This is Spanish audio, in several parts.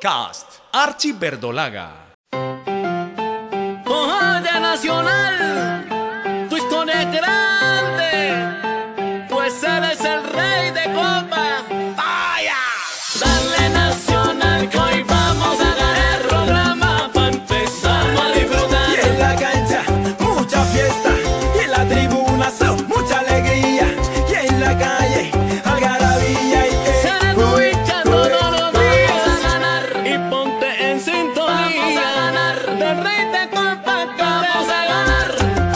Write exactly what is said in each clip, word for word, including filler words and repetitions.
Podcast Archi Verdolaga. Ojalá Nacional, tu historia es grande, pues él es el rey de copa. ¡Vaya! Dale Nacional, que hoy vamos a ganar el programa para empezar a disfrutar. Y en la cancha, mucha fiesta, y en la tribuna, so, mucha alegría, y en la calle, algarabía y que Se escucha todos los días a ganar y ponte en sintonía. Vamos a ganar del rey de copa, que vamos a ganar.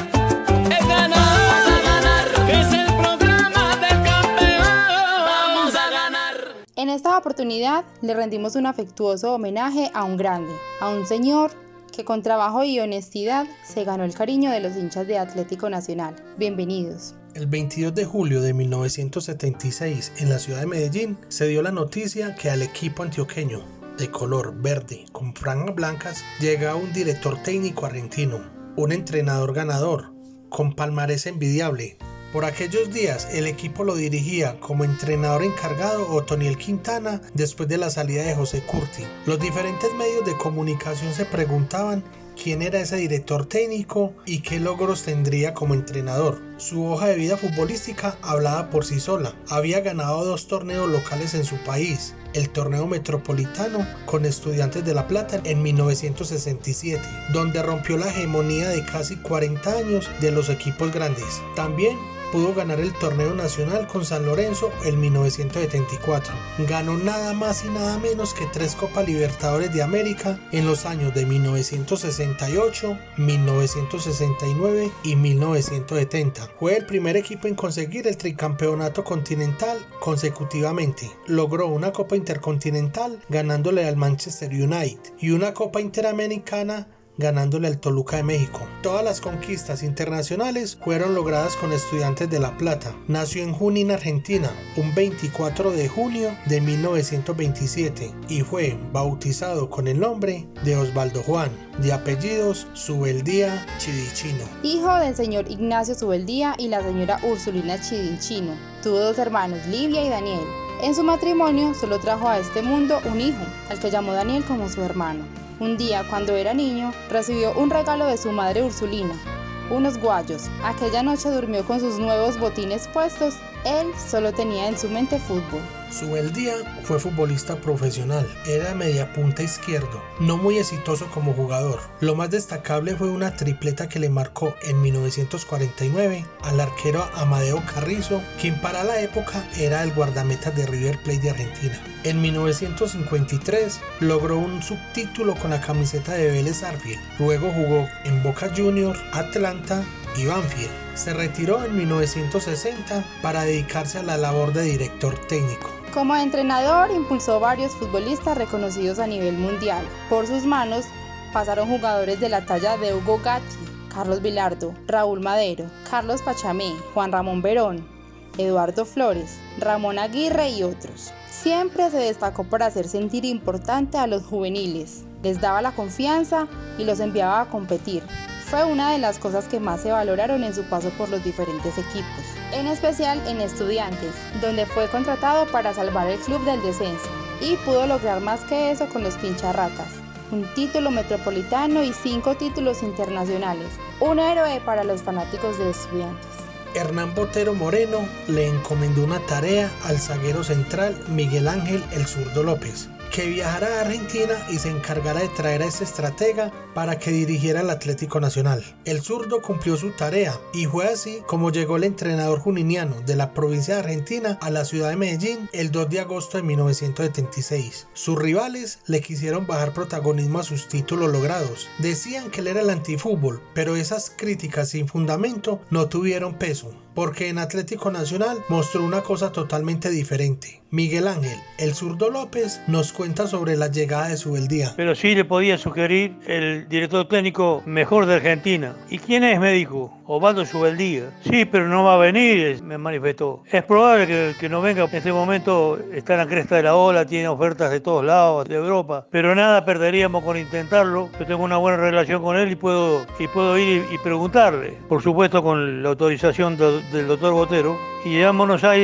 Es ganar, vamos a ganar, es el programa del campeón. Vamos a ganar. En esta oportunidad le rendimos un afectuoso homenaje a un grande, a un señor que con trabajo y honestidad se ganó el cariño de los hinchas de Atlético Nacional. Bienvenidos. El veintidós de julio de mil novecientos setenta y seis, en la ciudad de Medellín, se dio la noticia que al equipo antioqueño, de color verde con franjas blancas, llega un director técnico argentino, un entrenador ganador, con palmarés envidiable. Por aquellos días, el equipo lo dirigía como entrenador encargado Otoniel Quintana después de la salida de José Curti. Los diferentes medios de comunicación se preguntaban quién era ese director técnico y qué logros tendría como entrenador. Su hoja de vida futbolística hablaba por sí sola. Había ganado dos torneos locales en su país, el torneo metropolitano con Estudiantes de La Plata en mil novecientos sesenta y siete, donde rompió la hegemonía de casi cuarenta años de los equipos grandes. También pudo ganar el torneo nacional con San Lorenzo en mil novecientos setenta y cuatro. Ganó nada más y nada menos que tres Copas Libertadores de América en los años de mil novecientos sesenta y ocho, mil novecientos sesenta y nueve y mil novecientos setenta. Fue el primer equipo en conseguir el tricampeonato continental consecutivamente. Logró una Copa Intercontinental ganándole al Manchester United y una Copa Interamericana ganándole al Toluca de México. Todas las conquistas internacionales fueron logradas con Estudiantes de La Plata. Nació en Junín, Argentina, un veinticuatro de junio de mil novecientos veintisiete y fue bautizado con el nombre de Osvaldo Juan, de apellidos Subeldía Chidichino. Hijo del señor Ignacio Subeldía y la señora Ursulina Chidichino. Tuvo dos hermanos, Livia y Daniel. En su matrimonio solo trajo a este mundo un hijo, al que llamó Daniel como su hermano. Un día, cuando era niño, recibió un regalo de su madre Ursulina, unos guayos. Aquella noche durmió con sus nuevos botines puestos. Él solo tenía en su mente fútbol. Subeldía fue futbolista profesional, era mediapunta izquierdo, no muy exitoso como jugador. Lo más destacable fue una tripleta que le marcó en mil novecientos cuarenta y nueve al arquero Amadeo Carrizo, quien para la época era el guardameta de River Plate de Argentina. En mil novecientos cincuenta y tres logró un subtítulo con la camiseta de Vélez Sarsfield. Luego jugó en Boca Juniors, Atlanta y Banfield. Se retiró en mil novecientos sesenta para dedicarse a la labor de director técnico. Como entrenador, impulsó varios futbolistas reconocidos a nivel mundial. Por sus manos pasaron jugadores de la talla de Hugo Gatti, Carlos Vilardo, Raúl Madero, Carlos Pachamé, Juan Ramón Verón, Eduardo Flores, Ramón Aguirre y otros. Siempre se destacó por hacer sentir importante a los juveniles. Les daba la confianza y los enviaba a competir. Fue una de las cosas que más se valoraron en su paso por los diferentes equipos, en especial en Estudiantes, donde fue contratado para salvar el club del descenso y pudo lograr más que eso con los Pincharratas, un título metropolitano y cinco títulos internacionales, un héroe para los fanáticos de Estudiantes. Hernán Botero Moreno le encomendó una tarea al zaguero central Miguel Ángel El Zurdo López, que viajara a Argentina y se encargara de traer a este estratega para que dirigiera el Atlético Nacional. El zurdo cumplió su tarea y fue así como llegó el entrenador juniniano de la provincia de Argentina a la ciudad de Medellín el dos de agosto de mil novecientos setenta y seis. Sus rivales le quisieron bajar protagonismo a sus títulos logrados. Decían que él era el antifútbol, pero esas críticas sin fundamento no tuvieron peso, porque en Atlético Nacional mostró una cosa totalmente diferente. Miguel Ángel El Zurdo López nos cuenta sobre la llegada de Subeldía. Pero sí le podía sugerir el director técnico mejor de Argentina. ¿Y quién es? Me dijo. Osvaldo Subeldía. Sí, pero no va a venir, me manifestó. Es probable que, que no venga. En este momento está en la cresta de la ola, tiene ofertas de todos lados, de Europa. Pero nada perderíamos con intentarlo. Yo tengo una buena relación con él y puedo, y puedo ir y, y preguntarle. Por supuesto con la autorización de, del doctor Botero. Y llegamos a Buenos Aires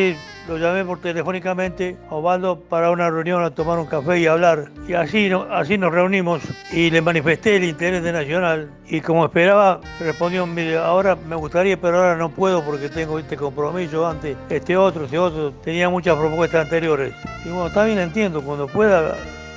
lo llamé por telefónicamente a Osvaldo para una reunión, a tomar un café y hablar. Y así, así nos reunimos y le manifesté el interés de Nacional. Y como esperaba, respondió, mire, ahora me gustaría, pero ahora no puedo porque tengo este compromiso antes, este otro, este otro. Tenía muchas propuestas anteriores. Y bueno, también entiendo, cuando pueda,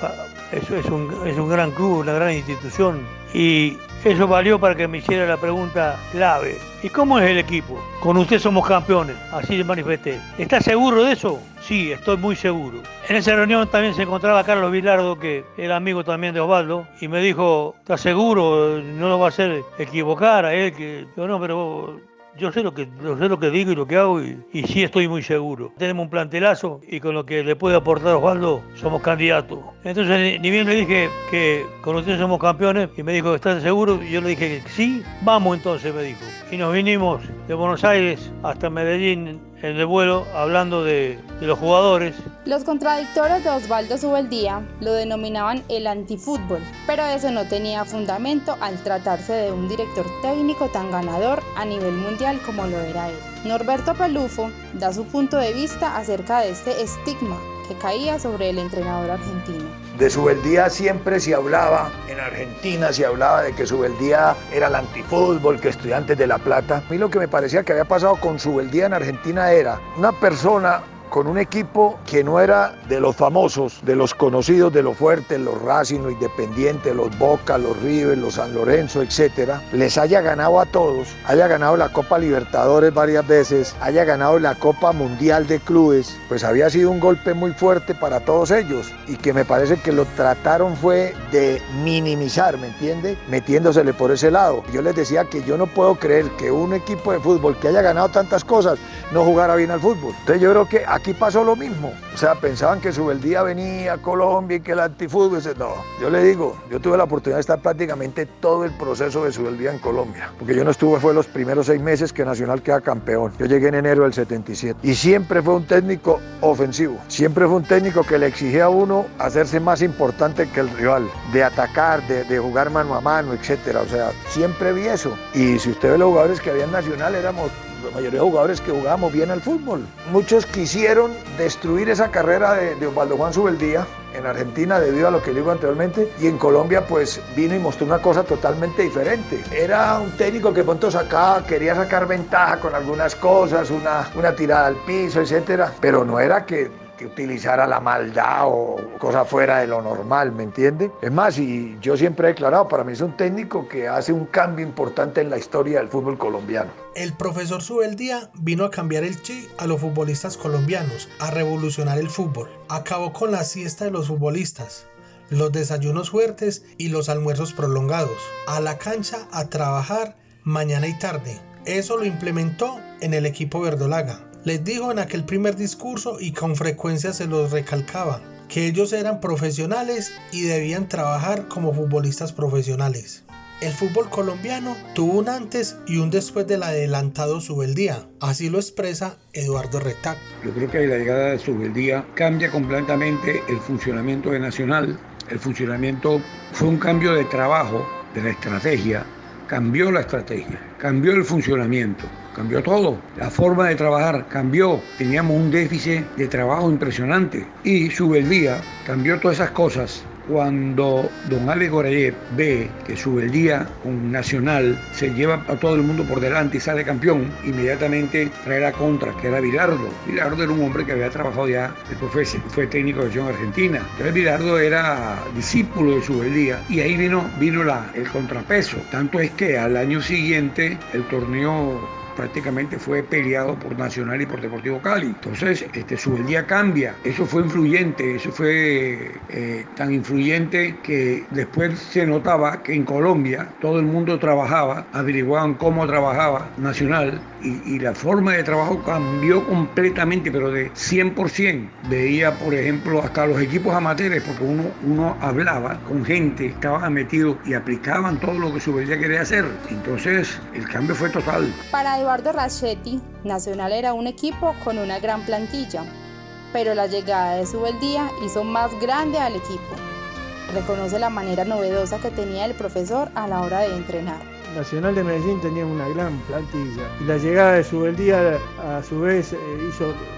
eso es un, es un gran club, una gran institución. Y eso valió para que me hiciera la pregunta clave. ¿Y cómo es el equipo? Con usted somos campeones, así le manifesté. ¿Está seguro de eso? Sí, estoy muy seguro. En esa reunión también se encontraba Carlos Bilardo, que era amigo también de Osvaldo, y me dijo, ¿estás seguro? No lo va a hacer equivocar a él. Que... Yo no, pero... Yo sé lo que, yo sé lo que digo y lo que hago y, y sí estoy muy seguro. Tenemos un plantelazo y con lo que le puede aportar Osvaldo somos candidatos. Entonces ni bien le dije que con ustedes somos campeones y me dijo, ¿estás seguro? Y yo le dije que sí, vamos entonces, me dijo. Y nos vinimos de Buenos Aires hasta Medellín en el vuelo hablando de, de los jugadores. Los contradictores de Osvaldo Zubeldía lo denominaban el antifútbol, pero eso no tenía fundamento al tratarse de un director técnico tan ganador a nivel mundial como lo era él. Norberto Pelufo da su punto de vista acerca de este estigma que caía sobre el entrenador argentino. De Zubeldía siempre se hablaba, en Argentina se hablaba de que Zubeldía era el antifútbol, que Estudiantes de La Plata. A mí lo que me parecía que había pasado con Zubeldía en Argentina era una persona con un equipo que no era de los famosos, de los conocidos, de los fuertes, los Racing, los Independientes, los Boca, los River, los San Lorenzo, etcétera, les haya ganado a todos, haya ganado la Copa Libertadores varias veces, haya ganado la Copa Mundial de Clubes, pues había sido un golpe muy fuerte para todos ellos y que me parece que lo trataron fue de minimizar, ¿me entiende? Metiéndosele por ese lado. Yo les decía que yo no puedo creer que un equipo de fútbol que haya ganado tantas cosas no jugara bien al fútbol. Entonces yo creo que aquí pasó lo mismo. O sea, pensaban que Zubeldía venía a Colombia y que el antifútbol... No, yo le digo, yo tuve la oportunidad de estar prácticamente todo el proceso de Zubeldía en Colombia. Porque yo no estuve, fue los primeros seis meses que Nacional queda campeón. Yo llegué en enero del setenta y siete. Y siempre fue un técnico ofensivo. Siempre fue un técnico que le exigía a uno hacerse más importante que el rival. De atacar, de, de jugar mano a mano, etcétera. O sea, siempre vi eso. Y si usted ve los jugadores que había en Nacional, éramos... la mayoría de jugadores que jugábamos bien al fútbol. Muchos quisieron destruir esa carrera de, de Osvaldo Juan Zubeldía en Argentina debido a lo que digo anteriormente, y en Colombia pues vino y mostró una cosa totalmente diferente. Era un técnico que pronto sacaba, quería sacar ventaja con algunas cosas, una, una tirada al piso, etcétera, pero no era que que utilizara la maldad o cosa fuera de lo normal, ¿me entiende? Es más, y yo siempre he declarado, para mí es un técnico que hace un cambio importante en la historia del fútbol colombiano. El profesor Zubeldía vino a cambiar el chip a los futbolistas colombianos, a revolucionar el fútbol. Acabó con la siesta de los futbolistas, los desayunos fuertes y los almuerzos prolongados. A la cancha a trabajar mañana y tarde. Eso lo implementó en el equipo verdolaga. Les dijo en aquel primer discurso, y con frecuencia se los recalcaba, que ellos eran profesionales y debían trabajar como futbolistas profesionales. El fútbol colombiano tuvo un antes y un después del adelantado Zubeldía, así lo expresa Eduardo Retac. Yo creo que la llegada de Zubeldía cambia completamente el funcionamiento de Nacional. El funcionamiento fue un cambio de trabajo, de la estrategia, cambió la estrategia, cambió el funcionamiento. Cambió todo, la forma de trabajar cambió, teníamos un déficit de trabajo impresionante y Zubeldía cambió todas esas cosas. Cuando don Alex Gorayev ve que Zubeldía con Nacional se lleva a todo el mundo por delante y sale campeón, inmediatamente trae la contra, que era Bilardo. Bilardo era un hombre que había trabajado ya, después fue, fue técnico de selección argentina. Entonces Bilardo era discípulo de Zubeldía y ahí vino, vino la, el contrapeso. Tanto es que al año siguiente el torneo prácticamente fue peleado por Nacional y por Deportivo Cali. Entonces, este, Zubeldía cambia. Eso fue influyente, eso fue eh, tan influyente que después se notaba que en Colombia todo el mundo trabajaba, averiguaban cómo trabajaba Nacional y, y la forma de trabajo cambió completamente, pero de cien por ciento. Veía, por ejemplo, hasta los equipos amateurs, porque uno, uno hablaba con gente, estaban metidos y aplicaban todo lo que Zubeldía quería hacer. Entonces, el cambio fue total. Para Eduardo Raschetti, Nacional era un equipo con una gran plantilla, pero la llegada de Zubeldía hizo más grande al equipo. Reconoce la manera novedosa que tenía el profesor a la hora de entrenar. Nacional de Medellín tenía una gran plantilla y la llegada de Zubeldía a su vez hizo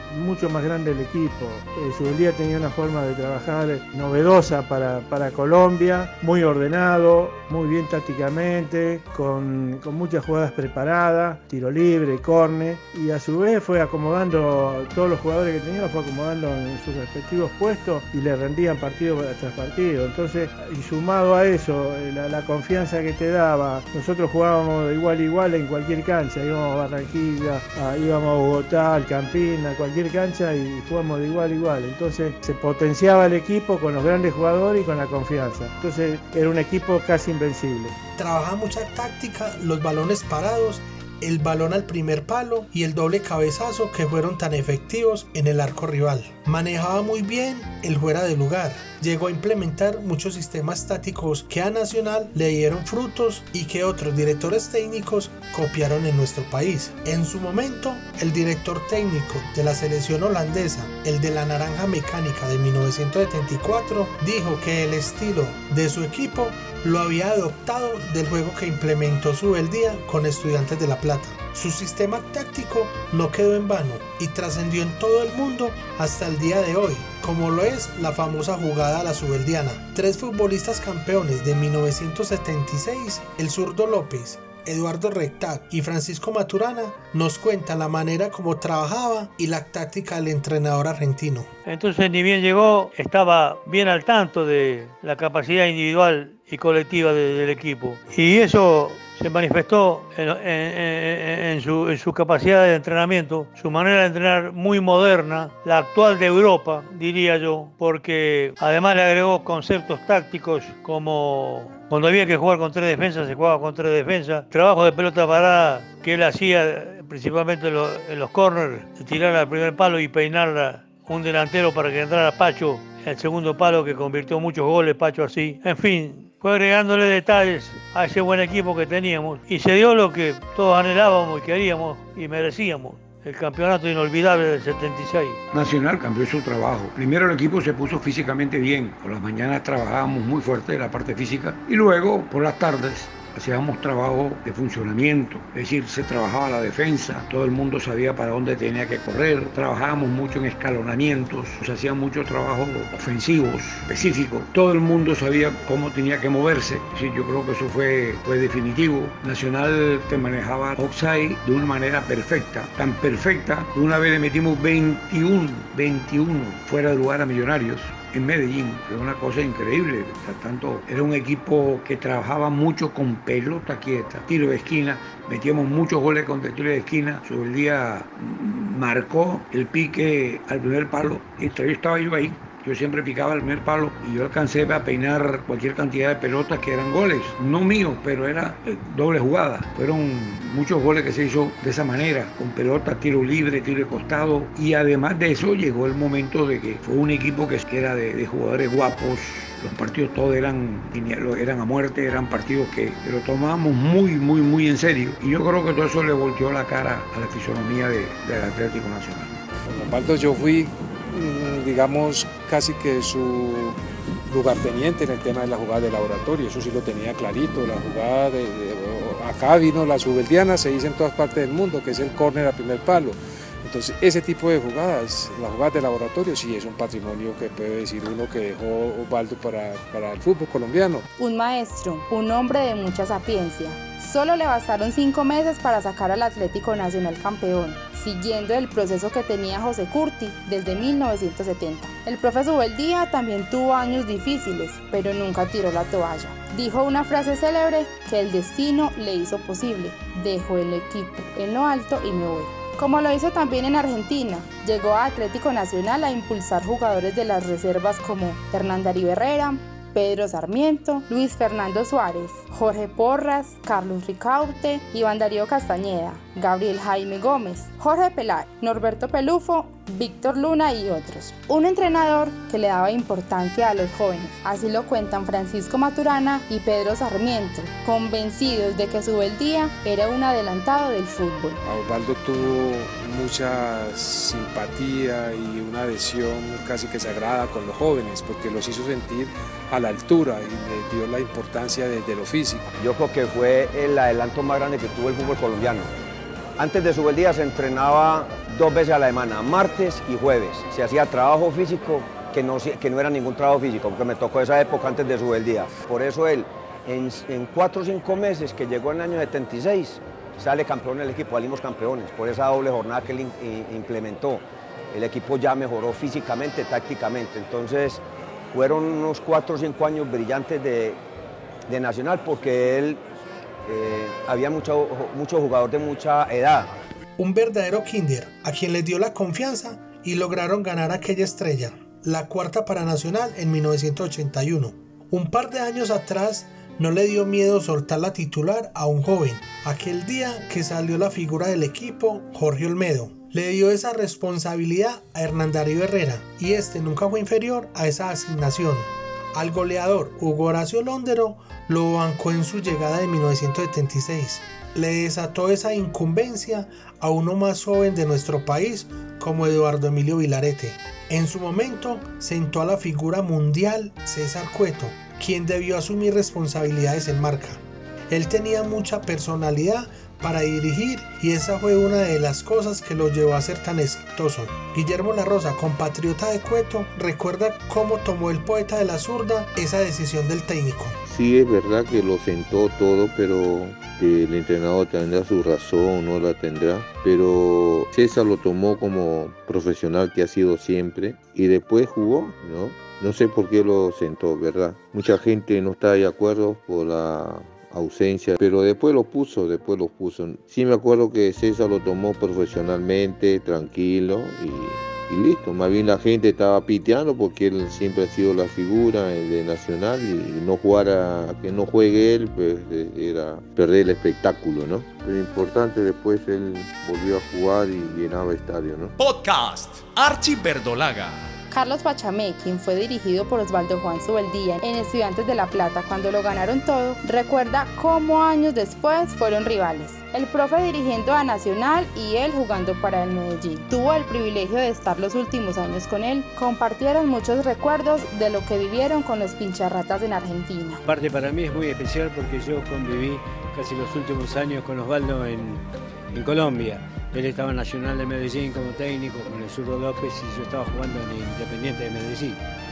mucho más grande el equipo. Eh, Zubeldía tenía una forma de trabajar novedosa para, para Colombia, muy ordenado, muy bien tácticamente, con, con muchas jugadas preparadas, tiro libre, córner, y a su vez fue acomodando todos los jugadores que tenía, los fue acomodando en sus respectivos puestos y le rendían partido tras partido. Entonces, y sumado a eso, la, la confianza que te daba, nosotros jugábamos de igual a igual en cualquier cancha, íbamos a Barranquilla, a, íbamos a Bogotá, al Campín, a cualquier cancha y jugamos de igual a igual. Entonces se potenciaba el equipo con los grandes jugadores y con la confianza. Entonces era un equipo casi invencible. Trabajaba mucha táctica, los balones parados, el balón al primer palo y el doble cabezazo que fueron tan efectivos en el arco rival. Manejaba muy bien el fuera de lugar. Llegó a implementar muchos sistemas tácticos que a Nacional le dieron frutos y que otros directores técnicos copiaron en nuestro país. En su momento, el director técnico de la selección holandesa, el de la Naranja Mecánica de mil novecientos setenta y cuatro, dijo que el estilo de su equipo lo había adoptado del juego que implementó Zubeldía con Estudiantes de La Plata. Su sistema táctico no quedó en vano y trascendió en todo el mundo hasta el día de hoy, como lo es la famosa jugada a la zubeldiana. Tres futbolistas campeones de mil novecientos setenta y seis, el zurdo López, Eduardo Rectac y Francisco Maturana, nos cuentan la manera como trabajaba y la táctica del entrenador argentino. Entonces, ni bien llegó, estaba bien al tanto de la capacidad individual y colectiva de, del equipo. Y eso se manifestó en, en, en, en, su, en su capacidad de entrenamiento, su manera de entrenar muy moderna, la actual de Europa, diría yo, porque además le agregó conceptos tácticos como cuando había que jugar con tres defensas, se jugaba con tres defensas, trabajo de pelota parada que él hacía principalmente en los, en los corners, tirar al primer palo y peinarla un delantero para que entrara Pacho, el segundo palo que convirtió muchos goles, Pacho así. En fin, fue agregándole detalles a ese buen equipo que teníamos y se dio lo que todos anhelábamos y queríamos y merecíamos. El campeonato inolvidable del setenta y seis. Nacional cambió su trabajo. Primero el equipo se puso físicamente bien. Por las mañanas trabajábamos muy fuerte en la parte física y luego por las tardes hacíamos trabajo de funcionamiento, es decir, se trabajaba la defensa, todo el mundo sabía para dónde tenía que correr, trabajábamos mucho en escalonamientos, se hacían muchos trabajos ofensivos, específicos, todo el mundo sabía cómo tenía que moverse, sí, yo creo que eso fue, fue definitivo. Nacional te manejaba offside de una manera perfecta, tan perfecta que una vez le metimos veintiuno, veintiuno fuera de lugar a Millonarios en Medellín, era una cosa increíble. Tanto era un equipo que trabajaba mucho con pelota quieta, tiro de esquina, metíamos muchos goles con tiro de esquina. Zubeldía marcó el pique al primer palo y yo estaba yo ahí. Yo siempre picaba el primer palo y yo alcancé a peinar cualquier cantidad de pelotas que eran goles, no míos, pero era doble jugada. Fueron muchos goles que se hizo de esa manera, con pelota, tiro libre, tiro de costado, y además de eso llegó el momento de que fue un equipo que era de, de jugadores guapos. Los partidos todos eran, eran a muerte, eran partidos que, que lo tomábamos muy, muy, muy en serio. Y yo creo que todo eso le volteó la cara a la fisonomía de, del Atlético Nacional. Con Osvaldo yo fui, digamos, casi que su lugarteniente en el tema de la jugada de laboratorio, eso sí lo tenía clarito, la jugada de, de acá vino la zubeldiana, se dice en todas partes del mundo, que es el córner a primer palo. Entonces ese tipo de jugadas, las jugadas de laboratorio, sí es un patrimonio que puede decir uno que dejó Osvaldo para, para el fútbol colombiano. Un maestro, un hombre de mucha sapiencia. Solo le bastaron cinco meses para sacar al Atlético Nacional campeón, siguiendo el proceso que tenía José Curti desde mil novecientos setenta. El profe Zubeldía también tuvo años difíciles, pero nunca tiró la toalla. Dijo una frase célebre que el destino le hizo posible: dejo el equipo en lo alto y me voy. Como lo hizo también en Argentina, llegó a Atlético Nacional a impulsar jugadores de las reservas como Hernán Darío Herrera, Pedro Sarmiento, Luis Fernando Suárez, Jorge Porras, Carlos Ricaurte, Iván Darío Castañeda, Gabriel Jaime Gómez, Jorge Peláez, Norberto Pelufo, Víctor Luna y otros. Un entrenador que le daba importancia a los jóvenes, así lo cuentan Francisco Maturana y Pedro Sarmiento, convencidos de que Zubeldía era un adelantado del fútbol. Osvaldo tuvo mucha simpatía y una adhesión casi que sagrada con los jóvenes, porque los hizo sentir a la altura y le dio la importancia de, de lo físico. Yo creo que fue el adelanto más grande que tuvo el fútbol colombiano. Antes de Subeldía se entrenaba dos veces a la semana, martes y jueves. Se hacía trabajo físico, que no, que no era ningún trabajo físico, porque me tocó esa época antes de Subeldía. Por eso él, en, en cuatro o cinco meses que llegó en el año setenta y seis, sale campeón del equipo, salimos campeones, por esa doble jornada que él in, implementó. El equipo ya mejoró físicamente, tácticamente. Entonces, fueron unos cuatro o cinco años brillantes de, de Nacional, porque él eh, había mucho, mucho jugador de mucha edad. Un verdadero kinder, a quien les dio la confianza y lograron ganar aquella estrella, la cuarta para Nacional en mil novecientos ochenta y uno. Un par de años atrás no le dio miedo soltar la titular a un joven. Aquel día que salió la figura del equipo, Jorge Olmedo, le dio esa responsabilidad a Hernán Darío Herrera y este nunca fue inferior a esa asignación. Al goleador Hugo Horacio Londero lo bancó en su llegada de mil novecientos setenta y seis. Le desató esa incumbencia a uno más joven de nuestro país como Eduardo Emilio Vilarete. En su momento sentó a la figura mundial César Cueto, quien debió asumir responsabilidades en marca. Él tenía mucha personalidad para dirigir y esa fue una de las cosas que lo llevó a ser tan exitoso. Guillermo La Rosa, compatriota de Cueto, recuerda cómo tomó el poeta de la zurda esa decisión del técnico. Sí, es verdad que lo sentó todo, pero el entrenador tendrá su razón, no la tendrá, pero César lo tomó como profesional que ha sido siempre y después jugó, ¿no? No sé por qué lo sentó, ¿verdad? Mucha gente no está de acuerdo por la ausencia, pero después lo puso, después lo puso. Sí me acuerdo que César lo tomó profesionalmente, tranquilo y, y listo. Más bien la gente estaba piteando porque él siempre ha sido la figura de Nacional y no jugara, que no juegue él, pues era perder el espectáculo, ¿no? Lo importante después él volvió a jugar y llenaba estadio, ¿no? Podcast Archie Verdolaga. Carlos Pachamé, quien fue dirigido por Osvaldo Juan Subeldía en Estudiantes de La Plata cuando lo ganaron todo, recuerda cómo años después fueron rivales. El profe dirigiendo a Nacional y él jugando para el Medellín. Tuvo el privilegio de estar los últimos años con él. Compartieron muchos recuerdos de lo que vivieron con los pincharratas en Argentina. Aparte para mí es muy especial porque yo conviví casi los últimos años con Osvaldo en, en Colombia. Él estaba en Nacional de Medellín como técnico con el Zurdo López y yo estaba jugando en el Independiente de Medellín.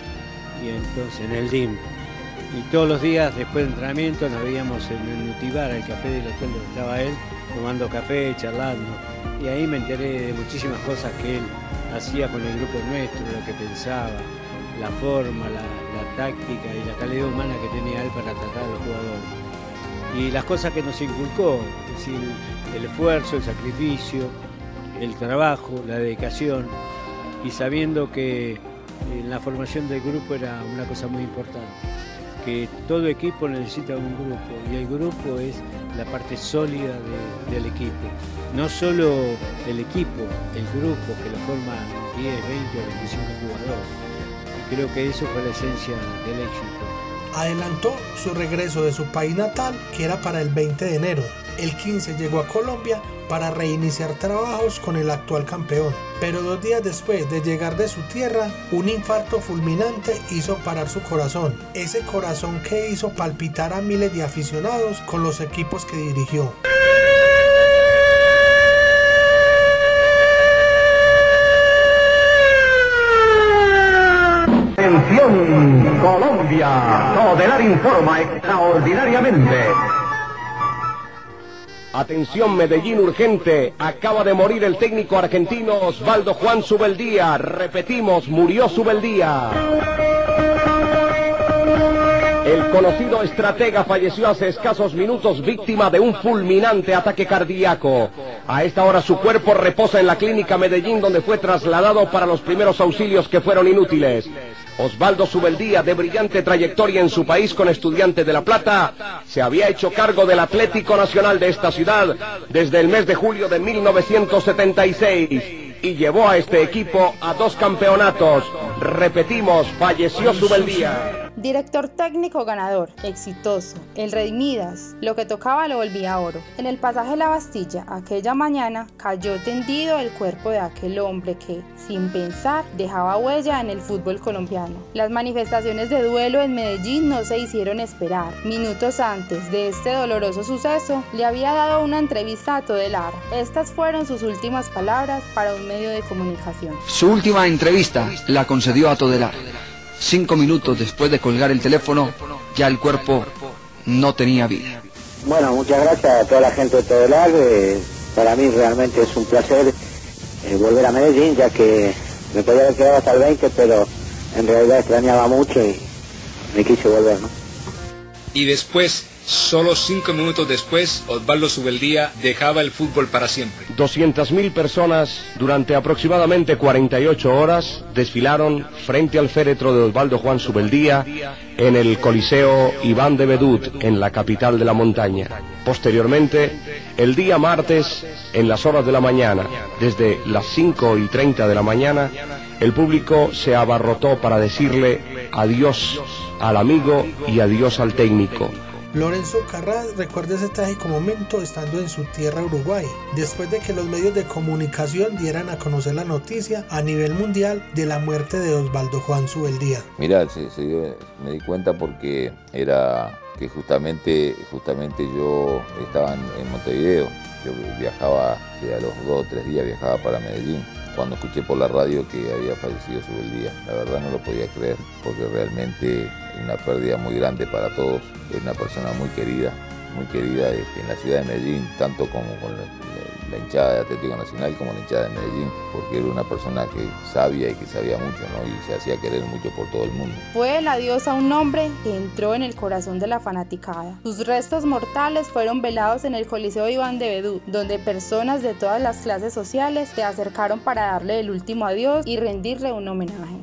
Y entonces en el D I M. Y todos los días después de entrenamiento nos veíamos en el Nutibar, el café del hotel donde estaba él, tomando café, charlando. Y ahí me enteré de muchísimas cosas que él hacía con el grupo nuestro, lo que pensaba, la forma, la, la táctica y la calidad humana que tenía él para tratar a los jugadores. Y las cosas que nos inculcó, es decir, el esfuerzo, el sacrificio, el trabajo, la dedicación, y sabiendo que en la formación del grupo era una cosa muy importante, que todo equipo necesita un grupo, y el grupo es la parte sólida de, del equipo. No solo el equipo, el grupo que lo forman diez, veinte o veinticinco jugadores. Y creo que eso fue la esencia del éxito. Adelantó su regreso de su país natal, que era para el veinte de enero. El quince llegó a Colombia para reiniciar trabajos con el actual campeón. Pero dos días después de llegar de su tierra, un infarto fulminante hizo parar su corazón. Ese corazón que hizo palpitar a miles de aficionados con los equipos que dirigió. Atención, Colombia. Todelar informa extraordinariamente. Atención, Medellín, urgente. Acaba de morir el técnico argentino Osvaldo Juan Subeldía. Repetimos, murió Subeldía. El conocido estratega falleció hace escasos minutos víctima de un fulminante ataque cardíaco. A esta hora su cuerpo reposa en la clínica Medellín, donde fue trasladado para los primeros auxilios que fueron inútiles. Osvaldo Subeldía, de brillante trayectoria en su país con Estudiantes de La Plata, se había hecho cargo del Atlético Nacional de esta ciudad desde el mes de julio de mil novecientos setenta y seis. y llevó a este equipo a dos campeonatos. Repetimos, falleció Zubeldía. Director técnico ganador, exitoso, el Rey Midas, lo que tocaba lo volvía oro. En el pasaje La Bastilla, aquella mañana, cayó tendido el cuerpo de aquel hombre que, sin pensar, dejaba huella en el fútbol colombiano. Las manifestaciones de duelo en Medellín no se hicieron esperar. Minutos antes de este doloroso suceso, le había dado una entrevista a Todelar. Estas fueron sus últimas palabras para un medio de comunicación. Su última entrevista la concedió a Todelar. Cinco minutos después de colgar el teléfono, ya el cuerpo no tenía vida. Bueno, muchas gracias a toda la gente de Todelar. Eh, para mí realmente es un placer eh, volver a Medellín, ya que me podía haber quedado hasta el veinte, pero en realidad extrañaba mucho y me quise volver, ¿no? Y después, solo cinco minutos después, Osvaldo Zubeldía dejaba el fútbol para siempre. doscientas mil personas durante aproximadamente cuarenta y ocho horas desfilaron frente al féretro de Osvaldo Juan Zubeldía en el Coliseo Iván de Bedut, en la capital de la montaña. Posteriormente, el día martes, en las horas de la mañana, desde las cinco y treinta de la mañana, el público se abarrotó para decirle adiós al amigo y adiós al técnico. Lorenzo Carrás recuerda ese trágico momento estando en su tierra Uruguay, después de que los medios de comunicación dieran a conocer la noticia a nivel mundial de la muerte de Osvaldo Juan Zubeldía. Mirá, se, se dio, me di cuenta porque era que justamente, justamente yo estaba en, en Montevideo, yo viajaba, a los dos o tres días viajaba para Medellín, cuando escuché por la radio que había fallecido Zubeldía. La verdad no lo podía creer, porque realmente es una pérdida muy grande para todos. Es una persona muy querida, muy querida en la ciudad de Medellín, tanto como con la, la, la hinchada de Atlético Nacional como la hinchada de Medellín, porque era una persona que sabía y que sabía mucho, ¿no? Y se hacía querer mucho por todo el mundo. Fue el adiós a un hombre que entró en el corazón de la fanaticada. Sus restos mortales fueron velados en el Coliseo Iván de Bedut, donde personas de todas las clases sociales se acercaron para darle el último adiós y rendirle un homenaje.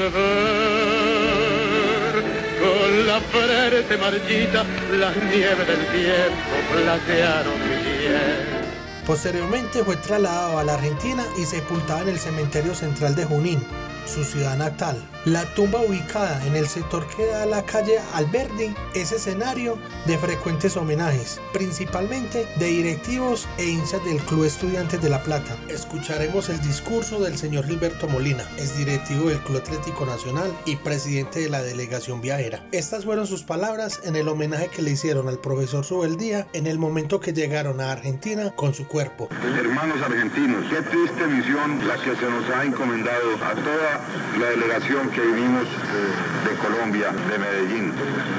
Con la frente marchita, las nieves del tiempo platearon mi piel. Posteriormente fue trasladado a la Argentina y sepultado en el cementerio central de Junín, su ciudad natal. La tumba, ubicada en el sector que da a la calle Alberdi, es escenario de frecuentes homenajes, principalmente de directivos e hinchas del Club Estudiantes de La Plata. Escucharemos el discurso del señor Gilberto Molina, ex directivo del Club Atlético Nacional y presidente de la delegación viajera. Estas fueron sus palabras en el homenaje que le hicieron al profesor Zubeldía en el momento que llegaron a Argentina con su cuerpo. Hermanos argentinos, qué triste misión la que se nos ha encomendado a toda la delegación que vivimos de, de Colombia, de Medellín.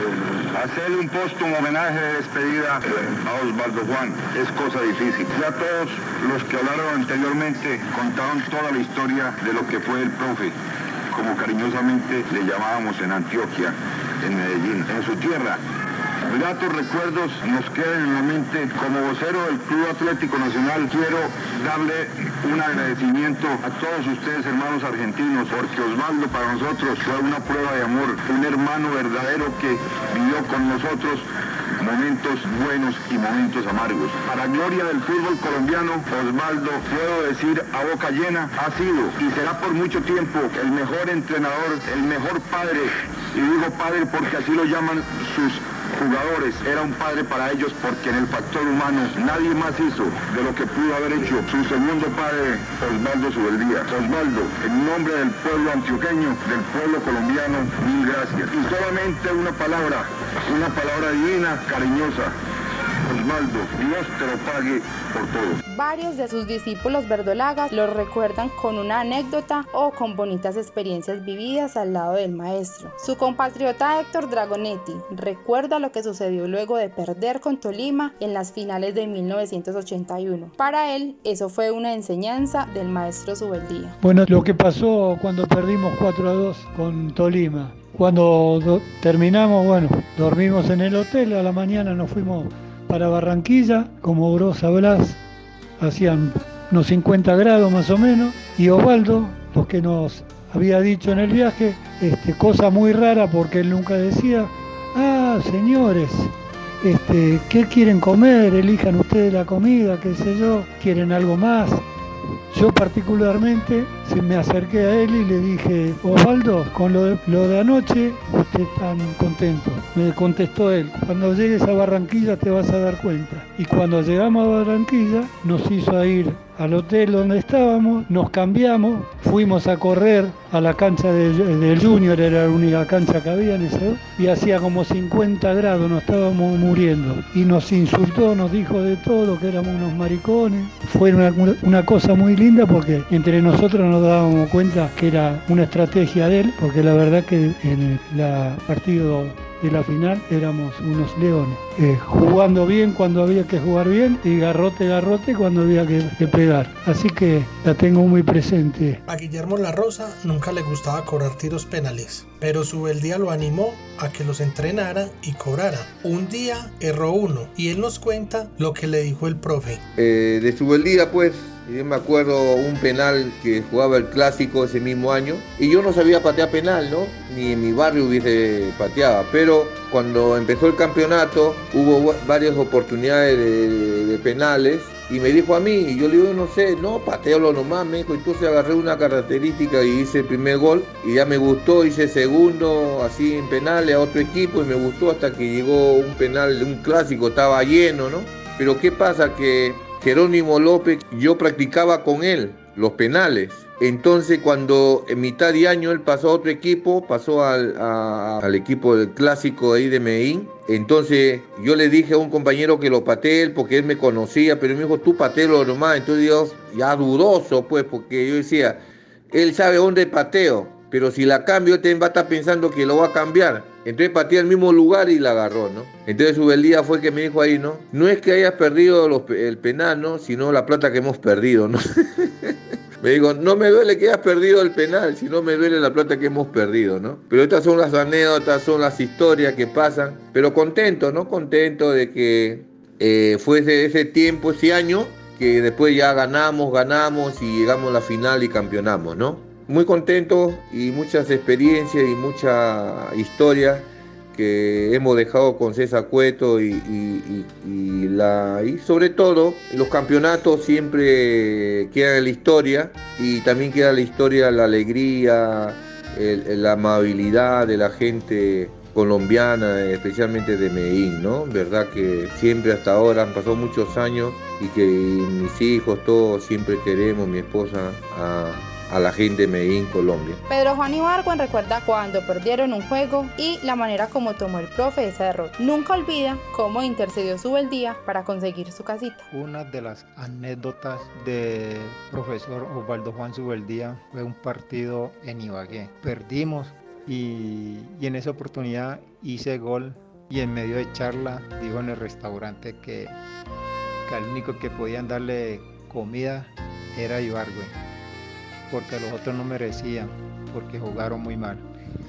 Hacerle un póstumo homenaje de despedida a Osvaldo Juan es cosa difícil. Ya todos los que hablaron anteriormente contaron toda la historia de lo que fue el profe, como cariñosamente le llamábamos en Antioquia, en Medellín, en su tierra. Gratos recuerdos nos quedan en la mente. Como vocero del Club Atlético Nacional, quiero darle un agradecimiento a todos ustedes, hermanos argentinos, porque Osvaldo para nosotros fue una prueba de amor, un hermano verdadero que vivió con nosotros momentos buenos y momentos amargos. Para gloria del fútbol colombiano, Osvaldo, puedo decir a boca llena, ha sido y será por mucho tiempo el mejor entrenador, el mejor padre, y digo padre porque así lo llaman sus jugadores. Era un padre para ellos porque en el factor humano nadie más hizo de lo que pudo haber hecho su segundo padre, Osvaldo Zubeldía. Osvaldo, en nombre del pueblo antioqueño, del pueblo colombiano, mil gracias. Y solamente una palabra, una palabra divina, cariñosa. Osvaldo, Dios te lo pague por todo. Varios de sus discípulos verdolagas los recuerdan con una anécdota o con bonitas experiencias vividas al lado del maestro. Su compatriota Héctor Dragonetti recuerda lo que sucedió luego de perder con Tolima en las finales de mil novecientos ochenta y uno. Para él, eso fue una enseñanza del maestro Zubeldía. Bueno, lo que pasó cuando perdimos cuatro a dos con Tolima. Cuando do- terminamos, bueno, dormimos en el hotel, a la mañana nos fuimos para Barranquilla, como vos sabrás, hacían unos cincuenta grados más o menos, y Osvaldo, lo que nos había dicho en el viaje, este, cosa muy rara porque él nunca decía, ah, señores, este, ¿qué quieren comer? Elijan ustedes la comida, qué sé yo, ¿quieren algo más? Yo particularmente se me acerqué a él y le dije, Osvaldo, con lo de, lo de anoche, usted está contento. Me contestó él, cuando llegues a Barranquilla te vas a dar cuenta. Y cuando llegamos a Barranquilla nos hizo ir al hotel donde estábamos, nos cambiamos, fuimos a correr a la cancha del de Junior, era la única cancha que había en ese, y hacía como cincuenta grados, nos estábamos muriendo. Y nos insultó, nos dijo de todo, que éramos unos maricones. Fue una, una cosa muy linda porque entre nosotros nos dábamos cuenta que era una estrategia de él, porque la verdad que en el partido de la final éramos unos leones, eh, jugando bien cuando había que jugar bien y garrote garrote cuando había que, que pegar, así que la tengo muy presente. A Guillermo La Rosa nunca le gustaba cobrar tiros penales, pero Zubeldía lo animó a que los entrenara y cobrara. Un día erró uno y él nos cuenta lo que le dijo el profe. Eh, de Zubeldía, pues yo me acuerdo un penal que jugaba el Clásico ese mismo año y yo no sabía patear penal, ¿no? Ni en mi barrio hubiese pateado, pero cuando empezó el campeonato hubo varias oportunidades de, de, de penales y me dijo a mí, y yo le digo, no sé, no, patealo nomás, me dijo. Entonces agarré una característica y hice el primer gol y ya me gustó, hice segundo así en penales a otro equipo y me gustó hasta que llegó un penal de un Clásico, estaba lleno, ¿no? Pero ¿qué pasa? Que Jerónimo López, yo practicaba con él los penales. Entonces cuando en mitad de año él pasó a otro equipo, pasó al, a, al equipo del Clásico ahí de Medellín. Entonces yo le dije a un compañero que lo patee él porque él me conocía, pero él me dijo, tú patealo nomás. Entonces yo ya dudoso pues, porque yo decía, él sabe dónde pateo, pero si la cambio él también va a estar pensando que lo va a cambiar. Entonces pateé al mismo lugar y la agarró, ¿no? Entonces Zubeldía fue que me dijo ahí, ¿no? No es que hayas perdido los, el penal, ¿no? Sino la plata que hemos perdido, ¿no? Me dijo, no me duele que hayas perdido el penal, sino me duele la plata que hemos perdido, ¿no? Pero estas son las anécdotas, son las historias que pasan. Pero contento, ¿no? Contento de que eh, fue ese, ese tiempo, ese año, que después ya ganamos, ganamos y llegamos a la final y campeonamos, ¿no? Muy contento y muchas experiencias y mucha historia que hemos dejado con César Cueto y, y, y, y, la, y sobre todo los campeonatos siempre quedan en la historia y también queda en la historia la alegría, el, la amabilidad de la gente colombiana, especialmente de Medellín, ¿no? Verdad que siempre hasta ahora han pasado muchos años y que mis hijos, todos siempre queremos, mi esposa, a a la gente de Medellín, Colombia. Pedro Juan Ibargüen recuerda cuando perdieron un juego y la manera como tomó el profe esa derrota. Nunca olvida cómo intercedió Zubeldía para conseguir su casita. Una de las anécdotas del profesor Osvaldo Juan Zubeldía fue un partido en Ibagué. Perdimos y, y en esa oportunidad hice gol y en medio de charla dijo en el restaurante que, que al único que podían darle comida era Ibargüen, porque los otros no merecían, porque jugaron muy mal.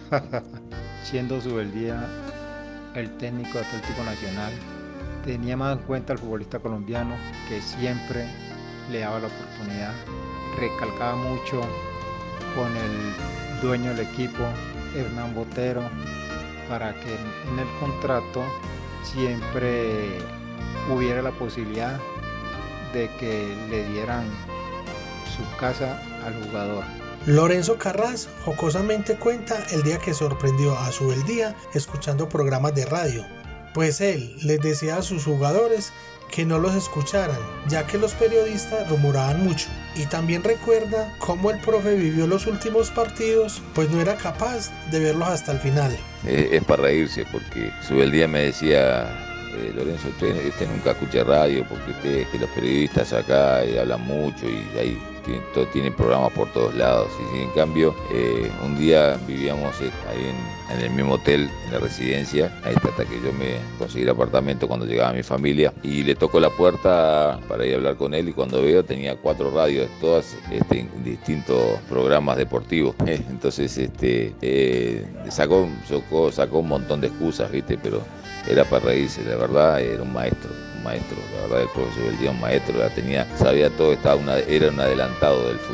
Siendo Zubeldía el técnico de Atlético Nacional, tenía más en cuenta al futbolista colombiano, que siempre le daba la oportunidad, recalcaba mucho con el dueño del equipo, Hernán Botero, para que en el contrato siempre hubiera la posibilidad de que le dieran su casa al jugador. Lorenzo Carras jocosamente cuenta el día que sorprendió a Zubeldía escuchando programas de radio, pues él les decía a sus jugadores que no los escucharan, ya que los periodistas rumoraban mucho. Y también recuerda cómo el profe vivió los últimos partidos, pues no era capaz de verlos hasta el final. Es, es para reírse, porque Zubeldía me decía, eh, Lorenzo, usted, usted nunca escucha radio, porque usted, que los periodistas acá eh, hablan mucho y ahí tienen, todo, tienen programas por todos lados. Y en cambio, eh, un día vivíamos eh, ahí en, en el mismo hotel, en la residencia, ahí está, hasta que yo me conseguí el apartamento cuando llegaba mi familia, y le tocó la puerta para ir a hablar con él, y cuando veo tenía cuatro radios, todas este, en distintos programas deportivos. Entonces este, eh, sacó, sacó, sacó un montón de excusas, ¿viste? Pero era para reírse, la verdad era un maestro, un maestro, la verdad el profesor Zubeldía un maestro, la tenía, sabía todo, estaba una, era un adelantado del fútbol.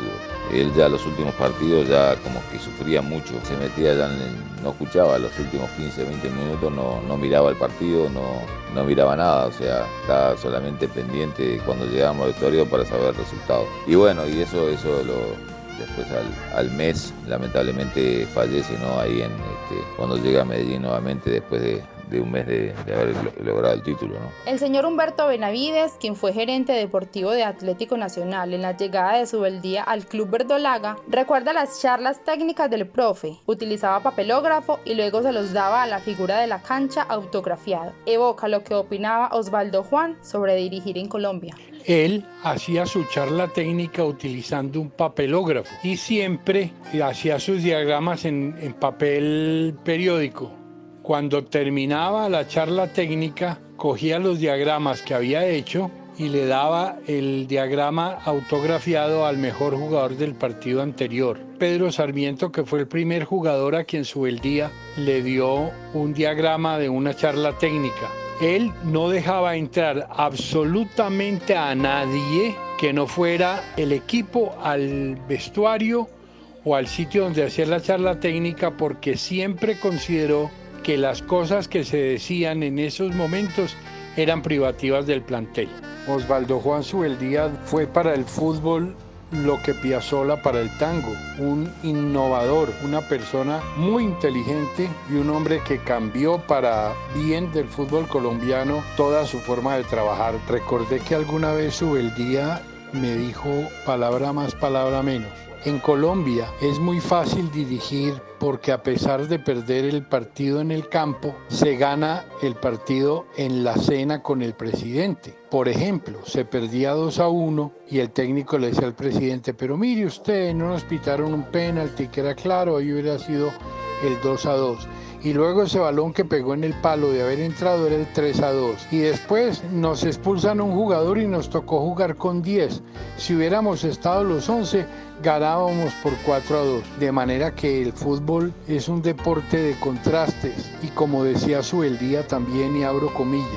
Él ya los últimos partidos ya como que sufría mucho, se metía ya en el, no escuchaba los últimos quince, veinte minutos, no, no miraba el partido, no, no miraba nada, o sea, estaba solamente pendiente cuando llegábamos al vestuario para saber el resultado. Y bueno, y eso, eso lo... Después al, al mes lamentablemente fallece, ¿no? Ahí en este, cuando llega a Medellín nuevamente después de, de un mes de, de haber logrado el título, ¿no? El señor Humberto Benavides, quien fue gerente deportivo de Atlético Nacional en la llegada de Zubeldía al Club Verdolaga, recuerda las charlas técnicas del profe. Utilizaba papelógrafo y luego se los daba a la figura de la cancha autografiado. Evoca lo que opinaba Osvaldo Juan sobre dirigir en Colombia. Él hacía su charla técnica utilizando un papelógrafo y siempre hacía sus diagramas en, en papel periódico. Cuando terminaba la charla técnica, cogía los diagramas que había hecho y le daba el diagrama autografiado al mejor jugador del partido anterior. Pedro Sarmiento, que fue el primer jugador a quien Zubeldía le dio un diagrama de una charla técnica. Él no dejaba entrar absolutamente a nadie que no fuera el equipo al vestuario o al sitio donde hacía la charla técnica, porque siempre consideró que las cosas que se decían en esos momentos eran privativas del plantel. Osvaldo Juan Zubeldía fue para el fútbol lo que Piazzolla para el tango, un innovador, una persona muy inteligente y un hombre que cambió para bien del fútbol colombiano toda su forma de trabajar. Recordé que alguna vez Zubeldía me dijo palabra más, palabra menos. En Colombia es muy fácil dirigir porque a pesar de perder el partido en el campo, se gana el partido en la cena con el presidente. Por ejemplo, se perdía dos a uno y el técnico le decía al presidente, pero mire usted, no nos pitaron un penalti, que era claro, ahí hubiera sido el dos a dos. Y luego ese balón que pegó en el palo de haber entrado era el tres a dos. Y después nos expulsan a un jugador y nos tocó jugar con diez. Si hubiéramos estado los once, ganábamos por cuatro a dos. De manera que el fútbol es un deporte de contrastes. Y como decía Zubeldía también, y abro comillas,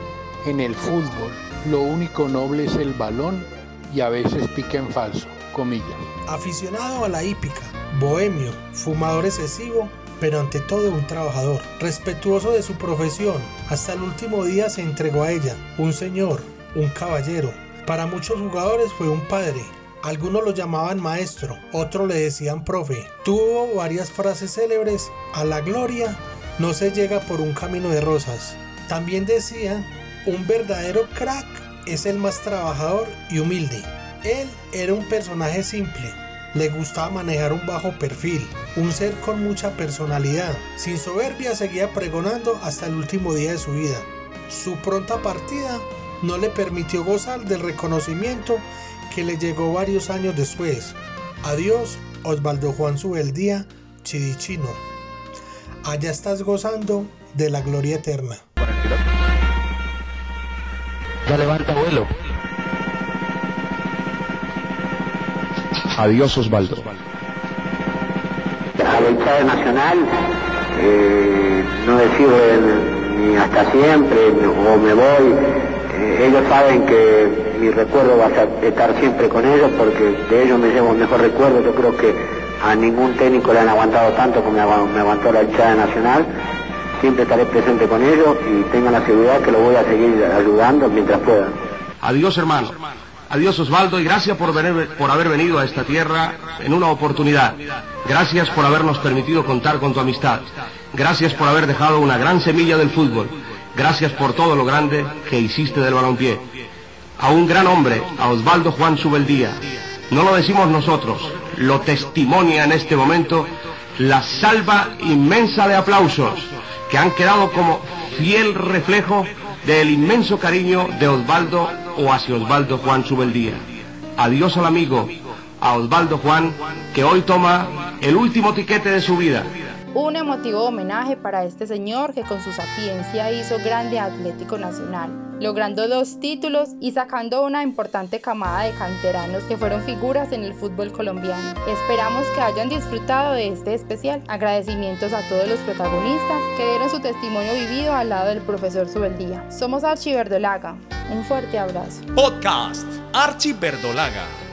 en el fútbol lo único noble es el balón y a veces pica en falso, comillas. Aficionado a la hípica, bohemio, fumador excesivo, pero ante todo un trabajador, respetuoso de su profesión, hasta el último día se entregó a ella, un señor, un caballero. Para muchos jugadores fue un padre, algunos lo llamaban maestro, otros le decían profe. Tuvo varias frases célebres: a la gloria no se llega por un camino de rosas. También decía, un verdadero crack es el más trabajador y humilde. Él era un personaje simple. Le gustaba manejar un bajo perfil, un ser con mucha personalidad. Sin soberbia seguía pregonando hasta el último día de su vida. Su pronta partida no le permitió gozar del reconocimiento que le llegó varios años después. Adiós, Osvaldo Juan Zubeldía, Chidichino. Allá estás gozando de la gloria eterna. Ya levanta vuelo. Adiós, Osvaldo. A la hinchada de Nacional, eh, no decirle ni hasta siempre o me voy. Eh, ellos saben que mi recuerdo va a estar siempre con ellos, porque de ellos me llevo el mejor recuerdo. Yo creo que a ningún técnico le han aguantado tanto como me aguantó la hinchada de Nacional. Siempre estaré presente con ellos y tengan la seguridad que lo voy a seguir ayudando mientras pueda. Adiós, hermano. Adiós, Osvaldo, y gracias por, venir, por haber venido a esta tierra en una oportunidad. Gracias por habernos permitido contar con tu amistad. Gracias por haber dejado una gran semilla del fútbol. Gracias por todo lo grande que hiciste del balompié. A un gran hombre, a Osvaldo Juan Zubeldía. No lo decimos nosotros, lo testimonia en este momento la salva inmensa de aplausos que han quedado como fiel reflejo del inmenso cariño de Osvaldo o hacia Osvaldo Juan Zubeldía. Adiós al amigo, a Osvaldo Juan, que hoy toma el último tiquete de su vida. Un emotivo homenaje para este señor que con su sapiencia hizo grande a Atlético Nacional, logrando dos títulos y sacando una importante camada de canteranos que fueron figuras en el fútbol colombiano. Esperamos que hayan disfrutado de este especial. Agradecimientos a todos los protagonistas que dieron su testimonio vivido al lado del profesor Zubeldía. Somos Archi Verdolaga. Un fuerte abrazo. Podcast Archi Verdolaga.